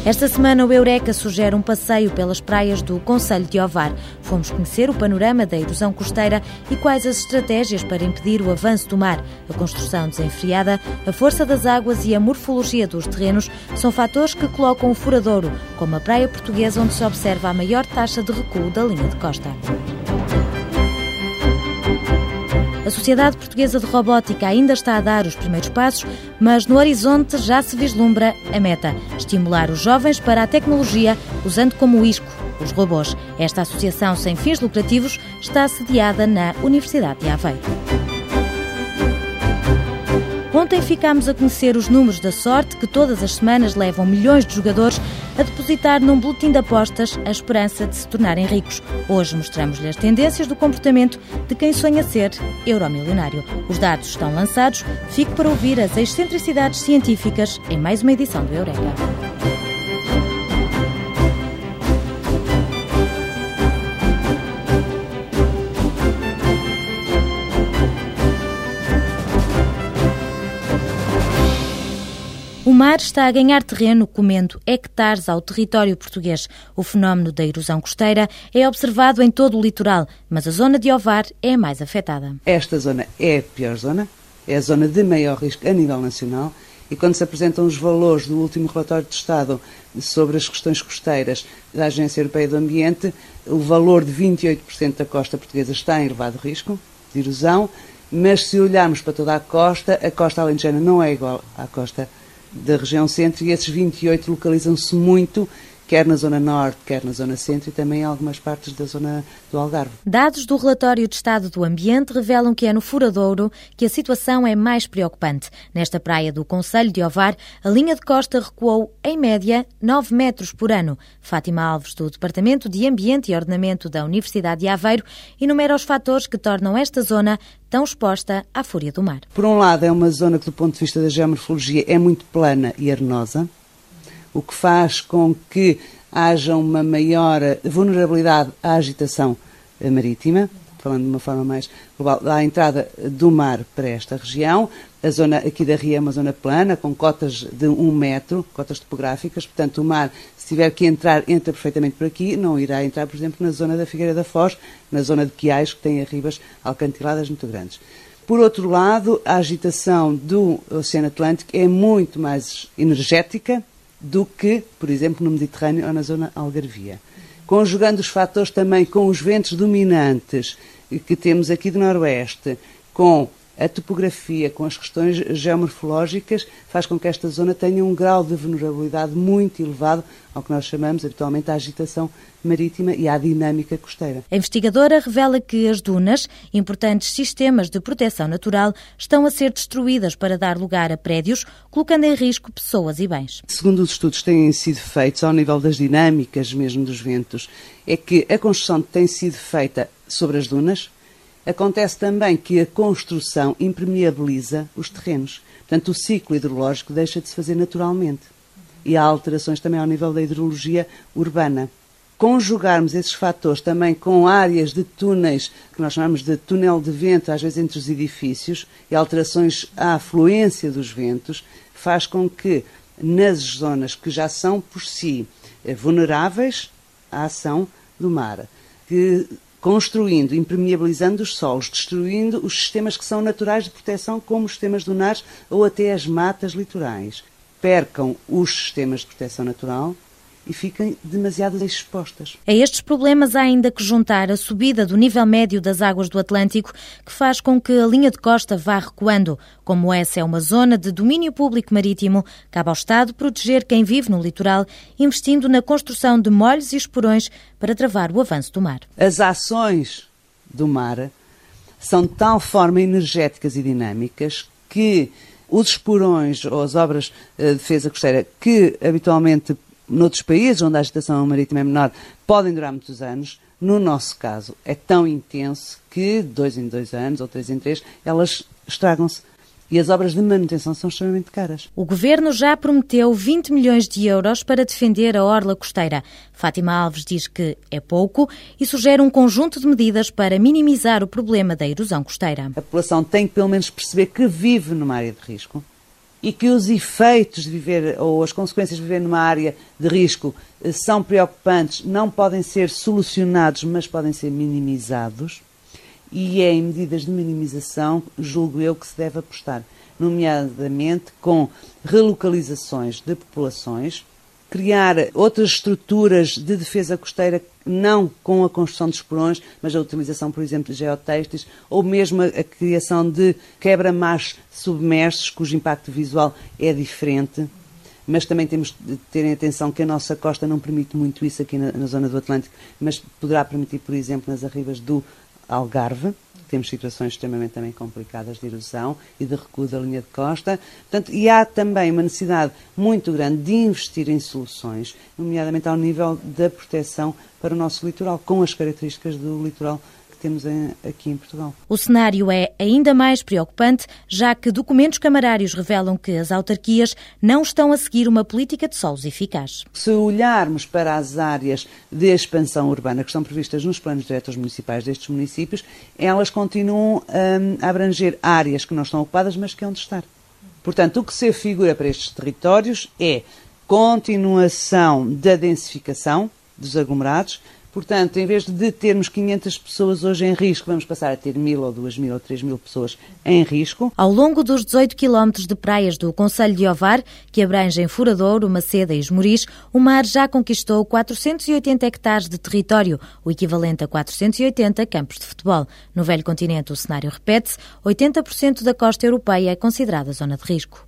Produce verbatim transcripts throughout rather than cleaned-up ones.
Esta semana o Eureka sugere um passeio pelas praias do concelho de Ovar. Fomos conhecer o panorama da erosão costeira e quais as estratégias para impedir o avanço do mar. A construção desenfreada, a força das águas e a morfologia dos terrenos são fatores que colocam o Furadouro como a praia portuguesa onde se observa a maior taxa de recuo da linha de costa. A Sociedade Portuguesa de Robótica ainda está a dar os primeiros passos, mas no horizonte já se vislumbra a meta: estimular os jovens para a tecnologia, usando como isco os robôs. Esta associação sem fins lucrativos está sediada na Universidade de Aveiro. Ontem ficámos a conhecer os números da sorte que todas as semanas levam milhões de jogadores a depositar num boletim de apostas a esperança de se tornarem ricos. Hoje mostramos-lhe as tendências do comportamento de quem sonha ser euromilionário. Os dados estão lançados. Fique para ouvir as excentricidades científicas em mais uma edição do Eureka. O mar está a ganhar terreno, comendo hectares ao território português. O fenómeno da erosão costeira é observado em todo o litoral, mas a zona de Ovar é a mais afetada. Esta zona é a pior zona, é a zona de maior risco a nível nacional, e quando se apresentam os valores do último relatório de Estado sobre as questões costeiras da Agência Europeia do Ambiente, o valor de vinte e oito por cento da costa portuguesa está em elevado risco de erosão, mas se olharmos para toda a costa, a costa alentejana não é igual à costa da região centro, e esses vinte e oito localizam-se muito, quer na zona norte, quer na zona centro e também em algumas partes da zona do Algarve. Dados do relatório de Estado do Ambiente revelam que é no Furadouro que a situação é mais preocupante. Nesta praia do concelho de Ovar, a linha de costa recuou, em média, nove metros por ano. Fátima Alves, do Departamento de Ambiente e Ordenamento da Universidade de Aveiro, enumera os fatores que tornam esta zona tão exposta à fúria do mar. Por um lado, é uma zona que, do ponto de vista da geomorfologia, é muito plana e arenosa, o que faz com que haja uma maior vulnerabilidade à agitação marítima, falando de uma forma mais global, à entrada do mar para esta região. A zona aqui da Ria é uma zona plana, com cotas de um metro, cotas topográficas, portanto o mar, se tiver que entrar, entra perfeitamente por aqui, não irá entrar, por exemplo, na zona da Figueira da Foz, na zona de Quiais, que tem arribas alcantiladas muito grandes. Por outro lado, a agitação do Oceano Atlântico é muito mais energética do que, por exemplo, no Mediterrâneo ou na zona algarvia. Conjugando os fatores também com os ventos dominantes que temos aqui do Noroeste, com a topografia, com as questões geomorfológicas, faz com que esta zona tenha um grau de vulnerabilidade muito elevado ao que nós chamamos habitualmente a agitação marítima e à dinâmica costeira. A investigadora revela que as dunas, importantes sistemas de proteção natural, estão a ser destruídas para dar lugar a prédios, colocando em risco pessoas e bens. Segundo os estudos que têm sido feitos ao nível das dinâmicas mesmo dos ventos, é que a construção tem sido feita sobre as dunas. Acontece também que a construção impermeabiliza os terrenos. Portanto, o ciclo hidrológico deixa de se fazer naturalmente. E há alterações também ao nível da hidrologia urbana. Conjugarmos esses fatores também com áreas de túneis, que nós chamamos de túnel de vento, às vezes entre os edifícios, e alterações à afluência dos ventos, faz com que, nas zonas que já são por si vulneráveis à ação do mar, que construindo, impermeabilizando os solos, destruindo os sistemas que são naturais de proteção, como os sistemas dunares ou até as matas litorais, percam os sistemas de proteção natural e fiquem demasiado expostas. A estes problemas há ainda que juntar a subida do nível médio das águas do Atlântico, que faz com que a linha de costa vá recuando. Como essa é uma zona de domínio público marítimo, cabe ao Estado proteger quem vive no litoral, investindo na construção de molhos e esporões para travar o avanço do mar. As ações do mar são de tal forma energéticas e dinâmicas que os esporões ou as obras de defesa costeira que habitualmente noutros países onde a agitação marítima é menor, podem durar muitos anos. No nosso caso, é tão intenso que, de dois em dois anos ou três em três, elas estragam-se. E as obras de manutenção são extremamente caras. O Governo já prometeu vinte milhões de euros para defender a orla costeira. Fátima Alves diz que é pouco e sugere um conjunto de medidas para minimizar o problema da erosão costeira. A população tem que, pelo menos, perceber que vive numa área de risco e que os efeitos de viver ou as consequências de viver numa área de risco são preocupantes, não podem ser solucionados, mas podem ser minimizados, e é em medidas de minimização, julgo eu, que se deve apostar, nomeadamente com relocalizações de populações, criar outras estruturas de defesa costeira, não com a construção de esporões, mas a utilização, por exemplo, de geotextos, ou mesmo a criação de quebra-mares submersos, cujo impacto visual é diferente. Mas também temos de ter em atenção que a nossa costa não permite muito isso aqui na, na zona do Atlântico, mas poderá permitir, por exemplo, nas arribas do Algarve. Temos situações extremamente também complicadas de erosão e de recuo da linha de costa. Portanto, e há também uma necessidade muito grande de investir em soluções, nomeadamente ao nível da proteção para o nosso litoral, com as características do litoral que temos em, aqui em Portugal. O cenário é ainda mais preocupante, já que documentos camarários revelam que as autarquias não estão a seguir uma política de solos eficaz. Se olharmos para as áreas de expansão urbana que estão previstas nos planos diretores municipais destes municípios, elas continuam hum, a abranger áreas que não estão ocupadas, mas que hão de estar. Portanto, o que se afigura para estes territórios é continuação da densificação dos aglomerados. Portanto, em vez de termos quinhentas pessoas hoje em risco, vamos passar a ter mil ou duas mil ou três mil pessoas em risco. Ao longo dos dezoito quilómetros de praias do concelho de Ovar, que abrangem Furadouro, Maceda e Esmoriz, o mar já conquistou quatrocentos e oitenta hectares de território, o equivalente a quatrocentos e oitenta campos de futebol. No velho continente o cenário repete-se, oitenta por cento da costa europeia é considerada zona de risco.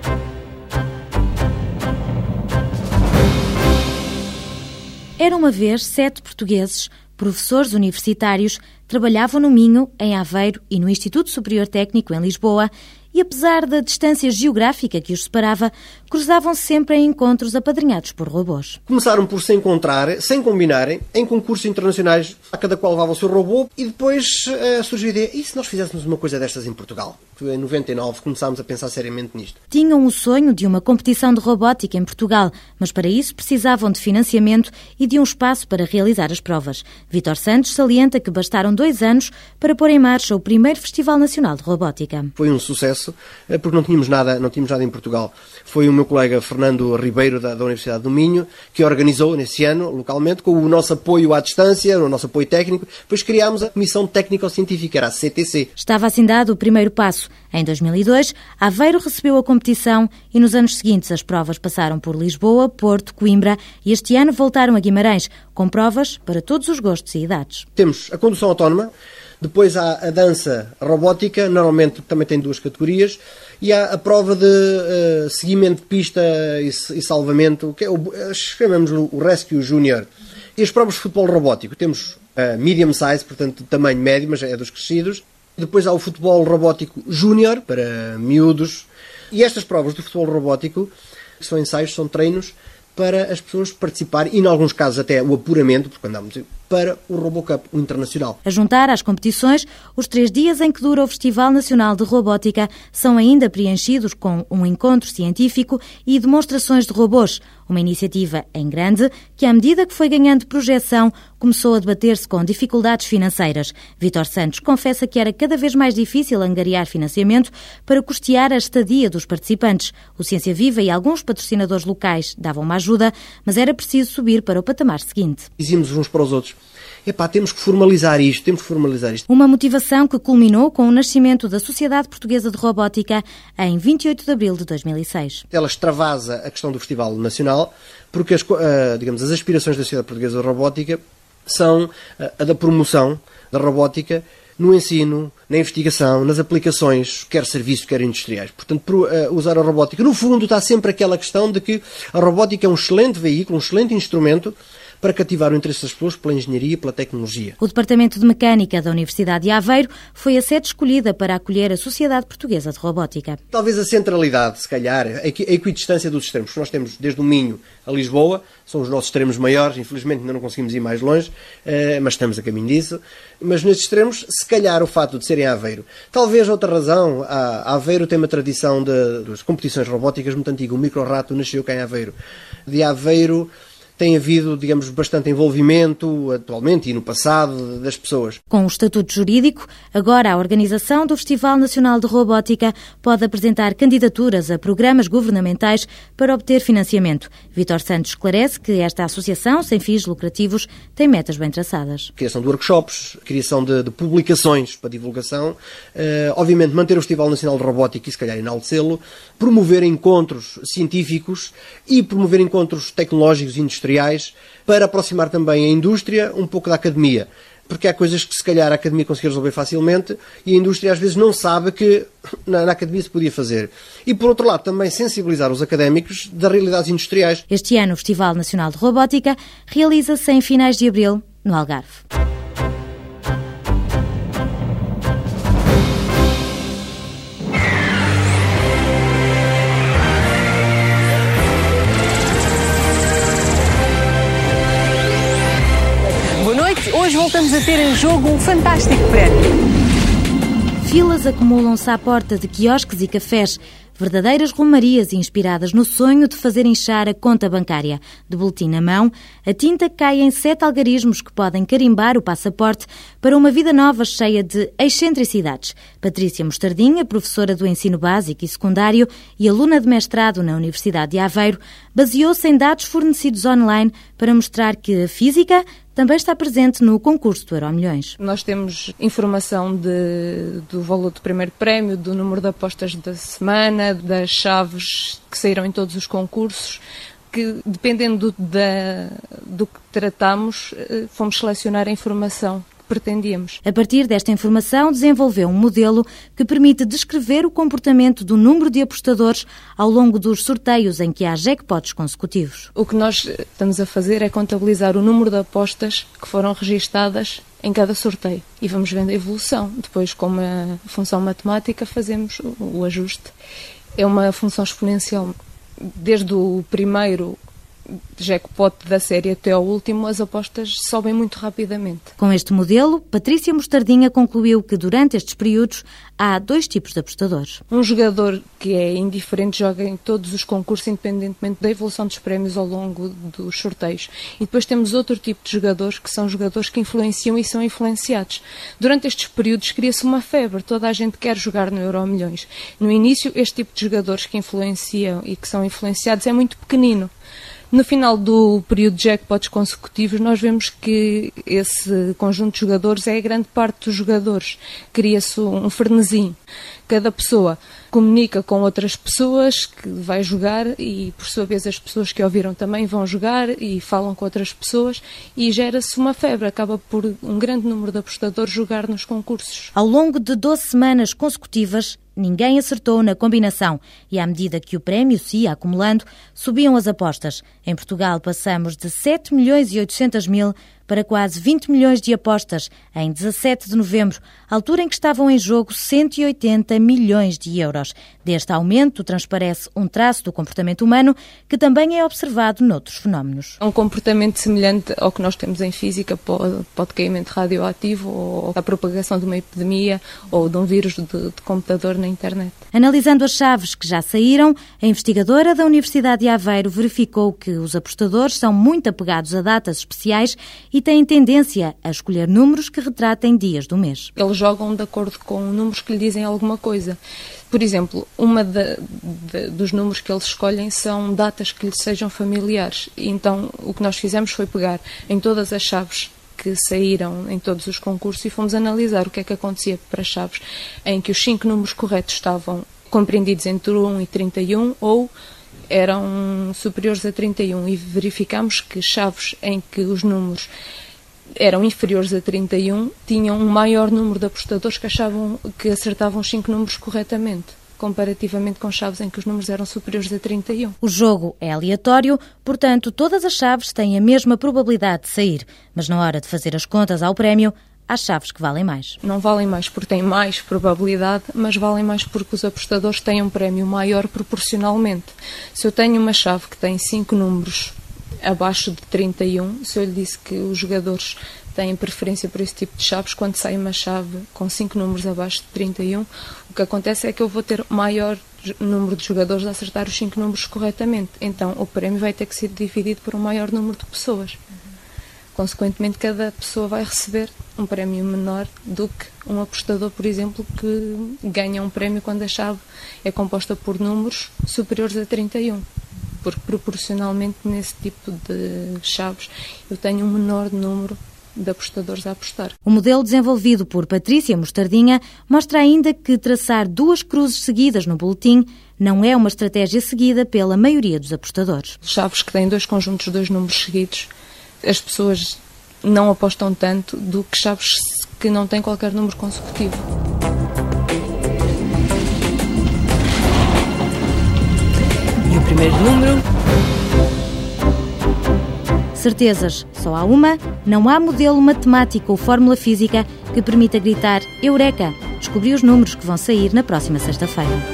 Era uma vez sete portugueses, professores universitários, trabalhavam no Minho, em Aveiro e no Instituto Superior Técnico, em Lisboa, e apesar da distância geográfica que os separava, cruzavam-se sempre em encontros apadrinhados por robôs. Começaram por se encontrar, sem combinarem, em concursos internacionais, a cada qual levava o seu robô, e depois uh, surgiu a ideia, e se nós fizéssemos uma coisa destas em Portugal? Em noventa e nove começámos a pensar seriamente nisto. Tinham o sonho de uma competição de robótica em Portugal, mas para isso precisavam de financiamento e de um espaço para realizar as provas. Vítor Santos salienta que bastaram dois anos para pôr em marcha o primeiro Festival Nacional de Robótica. Foi um sucesso, porque não tínhamos nada, não tínhamos nada em Portugal. Foi o meu colega Fernando Ribeiro, da, da Universidade do Minho, que organizou nesse ano, localmente, com o nosso apoio à distância, o nosso apoio técnico. Depois criámos a Comissão Técnico-Científica, era a C T C. Estava assim dado o primeiro passo. Em dois mil e dois, Aveiro recebeu a competição e nos anos seguintes as provas passaram por Lisboa, Porto, Coimbra e este ano voltaram a Guimarães, com provas para todos os gostos e idades. Temos a condução autónoma, depois há a dança robótica, normalmente também tem duas categorias, e há a prova de uh, seguimento de pista e, e salvamento, que é o, chamamos o Rescue Junior. E as provas de futebol robótico, temos uh, medium size, portanto de tamanho médio, mas é dos crescidos. Depois há o futebol robótico júnior, para miúdos. E estas provas do futebol robótico, que são ensaios, são treinos para as pessoas participarem, e em alguns casos até o apuramento, porque andamos para o RoboCup, o internacional. A juntar às competições, os três dias em que dura o Festival Nacional de Robótica são ainda preenchidos com um encontro científico e demonstrações de robôs. Uma iniciativa em grande que, à medida que foi ganhando projeção, começou a debater-se com dificuldades financeiras. Vítor Santos confessa que era cada vez mais difícil angariar financiamento para custear a estadia dos participantes. O Ciência Viva e alguns patrocinadores locais davam uma ajuda, mas era preciso subir para o patamar seguinte. Dizíamos uns para os outros, epá, temos que formalizar isto, temos que formalizar isto. Uma motivação que culminou com o nascimento da Sociedade Portuguesa de Robótica em vinte e oito de abril de dois mil e seis. Ela extravasa a questão do Festival Nacional, porque as, digamos, as aspirações da Sociedade Portuguesa de Robótica são a da promoção da robótica no ensino, na investigação, nas aplicações, quer serviços, quer industriais. Portanto, por, uh, usar a robótica, no fundo, está sempre aquela questão de que a robótica é um excelente veículo, um excelente instrumento para cativar o interesse das pessoas pela engenharia e pela tecnologia. O Departamento de Mecânica da Universidade de Aveiro foi a sede escolhida para acolher a Sociedade Portuguesa de Robótica. Talvez a centralidade, se calhar, a equidistância dos extremos, porque nós temos desde o Minho a Lisboa, são os nossos extremos maiores, infelizmente ainda não conseguimos ir mais longe, mas estamos a caminho disso. Mas nestes extremos, se calhar o fato de serem Aveiro. Talvez outra razão, a Aveiro tem uma tradição de, de competições robóticas muito antiga. O Microrato nasceu cá em Aveiro. De Aveiro tem havido, digamos, bastante envolvimento atualmente e no passado das pessoas. Com o estatuto jurídico, agora a organização do Festival Nacional de Robótica pode apresentar candidaturas a programas governamentais para obter financiamento. Vítor Santos esclarece que esta associação, sem fins lucrativos, tem metas bem traçadas. Criação de workshops, criação de, de publicações para divulgação, uh, obviamente manter o Festival Nacional de Robótica e se calhar enaltecê-lo, promover encontros científicos e promover encontros tecnológicos e industriais para aproximar também a indústria um pouco da academia. Porque há coisas que se calhar a academia consegue resolver facilmente e a indústria às vezes não sabe que na, na academia se podia fazer. E por outro lado também sensibilizar os académicos das realidades industriais. Este ano o Festival Nacional de Robótica realiza-se em finais de abril, no Algarve. Hoje voltamos a ter em jogo um fantástico prémio. Filas acumulam-se à porta de quiosques e cafés, verdadeiras romarias inspiradas no sonho de fazer inchar a conta bancária. De boletim na mão, a tinta cai em sete algarismos que podem carimbar o passaporte para uma vida nova cheia de excentricidades. Patrícia Mostardinha, professora do ensino básico e secundário e aluna de mestrado na Universidade de Aveiro, baseou-se em dados fornecidos online para mostrar que a física também está presente no concurso do Euromilhões. Nós temos informação de, do valor do primeiro prémio, do número de apostas da semana, das chaves que saíram em todos os concursos, que dependendo do, da, do que tratamos, fomos selecionar a informação que pretendíamos. A partir desta informação, desenvolveu um modelo que permite descrever o comportamento do número de apostadores ao longo dos sorteios em que há jackpots consecutivos. O que nós estamos a fazer é contabilizar o número de apostas que foram registadas em cada sorteio e vamos vendo a evolução. Depois, com uma função matemática, fazemos o ajuste. É uma função exponencial. Desde o primeiro jackpot da série até ao último, as apostas sobem muito rapidamente. Com este modelo, Patrícia Mostardinha concluiu que durante estes períodos há dois tipos de apostadores. Um jogador que é indiferente joga em todos os concursos, independentemente da evolução dos prémios ao longo dos sorteios. E depois temos outro tipo de jogadores, que são jogadores que influenciam e são influenciados. Durante estes períodos cria-se uma febre, toda a gente quer jogar no Euromilhões. No início, este tipo de jogadores que influenciam e que são influenciados é muito pequenino. No final do período de jackpots consecutivos, nós vemos que esse conjunto de jogadores é a grande parte dos jogadores. Cria-se um frenesim. Cada pessoa comunica com outras pessoas que vai jogar e, por sua vez, as pessoas que ouviram também vão jogar e falam com outras pessoas e gera-se uma febre. Acaba por um grande número de apostadores jogar nos concursos. Ao longo de doze semanas consecutivas, ninguém acertou na combinação e, à medida que o prémio se ia acumulando, subiam as apostas. Em Portugal passamos de sete milhões e oitocentos mil para quase vinte milhões de apostas em dezassete de novembro, altura em que estavam em jogo cento e oitenta milhões de euros. Deste aumento transparece um traço do comportamento humano que também é observado noutros fenómenos. Um comportamento semelhante ao que nós temos em física para o decaimento radioativo ou a propagação de uma epidemia ou de um vírus de, de computador na internet. Analisando as chaves que já saíram, a investigadora da Universidade de Aveiro verificou que os apostadores são muito apegados a datas especiais e têm tendência a escolher números que retratem dias do mês. Eles jogam de acordo com números que lhe dizem alguma coisa. Por exemplo, uma de, de, dos números que eles escolhem são datas que lhes sejam familiares. E então, o que nós fizemos foi pegar em todas as chaves que saíram em todos os concursos e fomos analisar o que é que acontecia para chaves em que os cinco números corretos estavam compreendidos entre um e trinta e um ou eram superiores a trinta e um e verificámos que chaves em que os números eram inferiores a trinta e um tinham um maior número de apostadores que achavam que acertavam os cinco números corretamente, comparativamente com chaves em que os números eram superiores a trinta e um. O jogo é aleatório, portanto, todas as chaves têm a mesma probabilidade de sair, mas na hora de fazer as contas ao prémio, há chaves que valem mais. Não valem mais porque têm mais probabilidade, mas valem mais porque os apostadores têm um prémio maior proporcionalmente. Se eu tenho uma chave que tem cinco números abaixo de trinta e um, se eu lhe disse que os jogadores têm preferência por esse tipo de chaves. Quando sai uma chave com cinco números abaixo de trinta e um, o que acontece é que eu vou ter maior número de jogadores a acertar os cinco números corretamente. Então, o prémio vai ter que ser dividido por um maior número de pessoas. Consequentemente, cada pessoa vai receber um prémio menor do que um apostador, por exemplo, que ganha um prémio quando a chave é composta por números superiores a trinta e um. Porque, proporcionalmente, nesse tipo de chaves, eu tenho um menor número de apostadores a apostar. O modelo desenvolvido por Patrícia Mostardinha mostra ainda que traçar duas cruzes seguidas no boletim não é uma estratégia seguida pela maioria dos apostadores. Chaves que têm dois conjuntos de dois números seguidos, as pessoas não apostam tanto do que chaves que não têm qualquer número consecutivo. E o primeiro número? Certezas, só há uma, não há modelo matemático ou fórmula física que permita gritar Eureka! Descobri os números que vão sair na próxima sexta-feira.